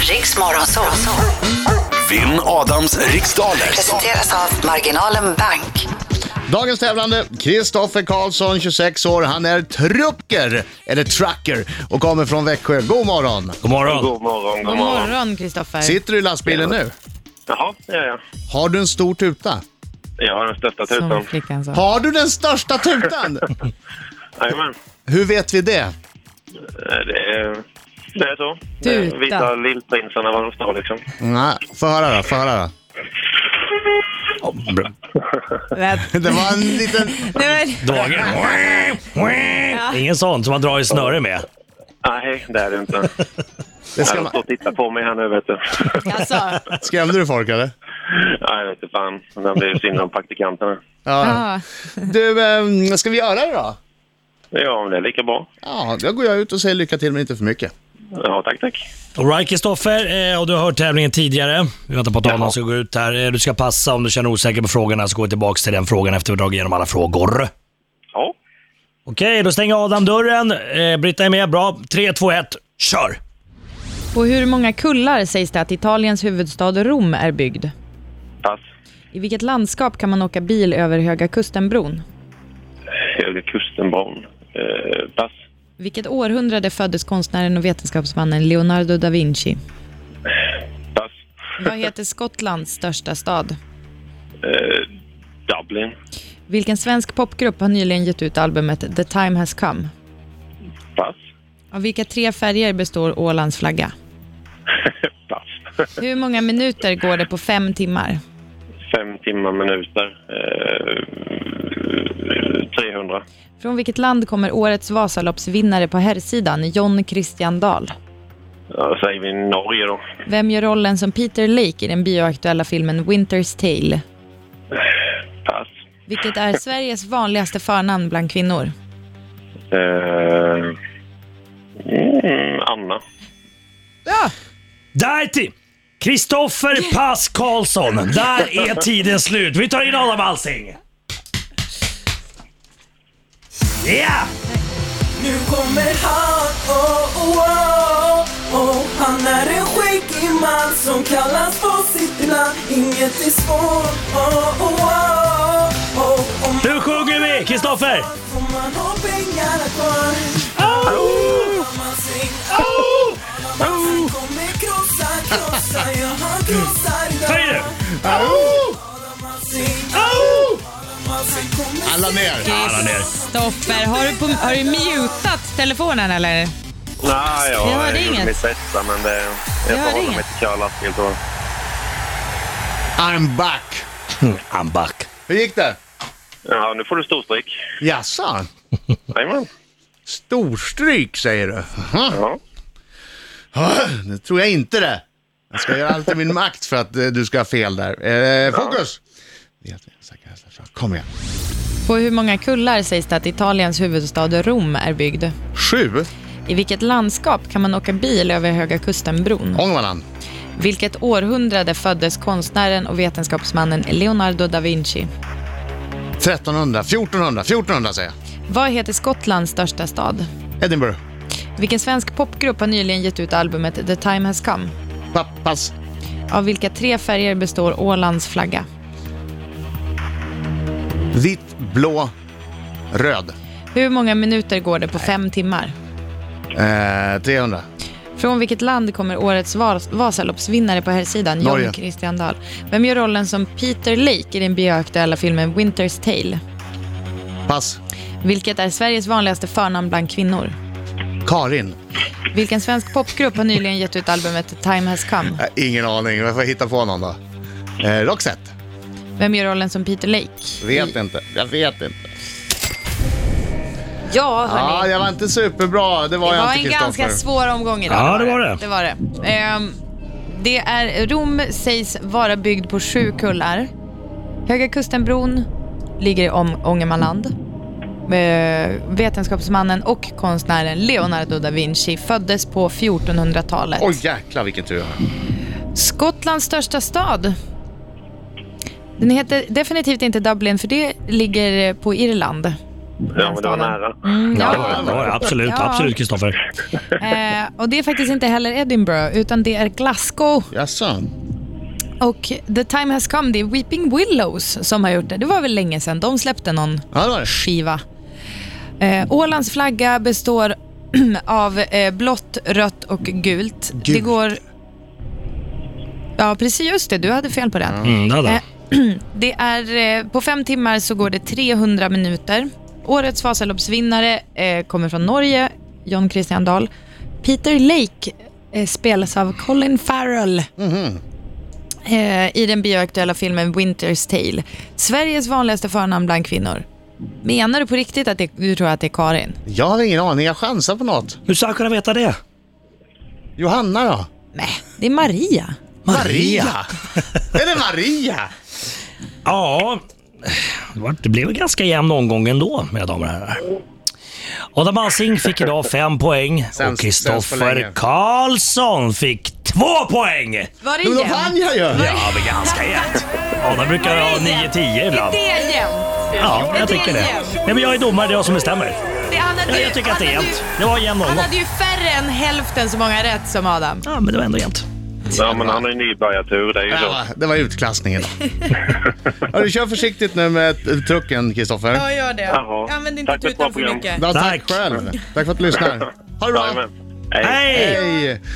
Riks Morgonzoo. Vinn Adams riksdaler. Presenteras av Marginalen Bank. Dagens tävlande, Kristoffer Karlsson, 26 år. Han är trucker, eller trucker, och kommer från Växjö. God morgon. God morgon. God morgon, God morgon, Kristoffer. Sitter du i lastbilen nu? Jaha, ja. Har du en stor tuta? Jag har den största Som tutan. flickan sa. Har du den största tutan? Jajamän. Hur vet vi det? Det är så. Tuta. Visa lillprinsarna vad de står liksom. Nej, få höra då. Det var en liten... Dagen. Ingen sån som man drar i snöre med. Nej, det är det inte. Det ska Jag man... står och tittar på mig här nu, vet du. Alltså, Skrämde du folk, eller? Nej, jag vet inte fan. Det blir synd om praktikanterna. Ja. Du, ska vi göra det då? Ja, men det är lika bra. Ja, då går jag ut och säger lycka till, men inte för mycket. Ja, tack. All right, Kristoffer, och du har hört tävlingen tidigare. Vi väntar på att Adam ska gå ut här. Du ska passa om du känner osäker på frågorna, så går vi tillbaka till den frågan efter vi dragit igenom alla frågor. Ja. Okej, då stänger Adam dörren. Britta är med, bra. 3, 2, 1, kör! på hur många kullar sägs det att Italiens huvudstad Rom är byggd? Pass. I vilket landskap kan man åka bil över Höga Kustenbron? Höga Kustenbron. Pass. Vilket århundrade föddes konstnären och vetenskapsmannen Leonardo da Vinci? Pass. Vad heter Skottlands största stad? Dublin. Vilken svensk popgrupp har nyligen gett ut albumet The Time Has Come? Pass. Av vilka 3 färger består Ålands flagga? Pass. Hur många minuter går det på 5 timmar? 5 timmar minuter. 300. Från vilket land kommer årets Vasaloppsvinnare på herrsidan, John Christian Dahl? Ja, säger vi Norge då. Vem gör rollen som Peter Lake i den bioaktuella filmen Winter's Tale? Pass. Vilket är Sveriges vanligaste förnamn bland kvinnor? Anna. Ja! Där till Kristoffer Pass Karlsson. Där är tiden slut. Vi tar in Adam Alsing. Ja! Nu kommer han, han är en skäggig man som kallas på sitt namn. Inget är svårt, Nu sjunger vi, Kristoffer! får man ha pengarna kvar. Man kommer krossa, ja han krossar idag. Höj nu! Alla ner. Alla ner. Stoffer, har du mutat telefonen eller? Nej, Jag jag hörde gjorde inget. mitt bästa, men Jag jag hörde får hålla inget. mig till körlastbil då. I'm back. I'm back. Hur gick det? Ja, nu får du storstryk. Jaså? Jajamän. Storstryk, säger du? Aha. Ja. Det tror jag inte det. Jag ska göra allt i min makt för att du ska ha fel där. Fokus! Kom igen. På hur många kullar sägs det att Italiens huvudstad Rom är byggd? 7. I vilket landskap kan man åka bil över Höga Kustenbron? Ångermanland. Vilket århundrade föddes konstnären och vetenskapsmannen Leonardo da Vinci? 1400 säger jag. Vad heter Skottlands största stad? Edinburgh. Vilken svensk popgrupp har nyligen gett ut albumet The Time Has Come? Pass. Av vilka 3 färger består Ålands flagga? Vitt, blå, röd. Hur många minuter går det på 5 timmar? 300. Från vilket land kommer årets Vasaloppsvinnare på herrsidan, Norge. John Christian Dahl? Vem gör rollen som Peter Lake i den bioaktuella filmen Winter's Tale? Pass. Vilket är Sveriges vanligaste förnamn bland kvinnor? Karin. Vilken svensk popgrupp har nyligen gett ut albumet The Time Has Come? Ingen aning. Jag får hitta på någon då. Roxette. Vem gör rollen som Peter Lake? Jag vet inte. Ja, hörni. Ja, jag var inte superbra. Det var jag Det var inte, en ganska Kristoffer. svår omgång idag. Ja, det var det. Det var det. Det är, Rom sägs vara byggd på 7 kullar. Höga Kustenbron ligger i Ångermanland. Vetenskapsmannen och konstnären Leonardo da Vinci föddes på 1400-talet. Oj, jäklar vilken tur jag har. Skottlands största stad. Den heter definitivt inte Dublin, för det ligger på Irland. Ja, men det var nära. Ja, det var absolut, Ja. absolut, Kristoffer. Och det är faktiskt inte heller Edinburgh, utan det är Glasgow. Jaså? Och The Time Has Come, det är Weeping Willows som har gjort det. Det var väl länge sedan de släppte någon Ja, det var det. skiva. Ålands flagga består av blått, rött och gult. Det går... Ja, precis, just det. Du hade fel på den. Det är, på 5 timmar så går det 300 minuter. Årets Vasaloppsvinnare kommer från Norge, John Christian Dahl. Peter Lake spelas av Colin Farrell. I den bioaktuella filmen Winter's Tale. Sveriges vanligaste förnamn bland kvinnor. Menar du på riktigt att du tror att det är Karin? Jag har ingen aning, jag chansar på något. Hur ska jag kunna veta det? Johanna då? Nej, det är Maria. Maria? Är det Maria? Ja, det blev ganska jämn omgång ändå, mina damer och herrar. Adam Alsing fick idag 5 poäng och Kristoffer Karlsson fick 2 poäng. Var det Men då jämnt? vann jag ju! Ja, men ganska jämnt. Adam brukar ha 9-10 ibland. Det är jämnt. Ja, jag tycker det. Nej, men jag är domare, det är jag som bestämmer. Jag tycker att det är jämnt. Det var en jämn omgång. Han hade ju färre än hälften så många rätt som Adam. Ja, men det var ändå jämnt. Ja, men han har ju nybörjartur, det är ju så. Ja, det var utklassningen då. Ja, du kör försiktigt nu med trucken, Kristoffer. Ja, gör det. Jaha. Använd inte Tack för ett bra tutan för program. mycket. Ja, tack Tack. själv. Tack för att du lyssnar. Ha det bra. Jajamän. Hej! Hej!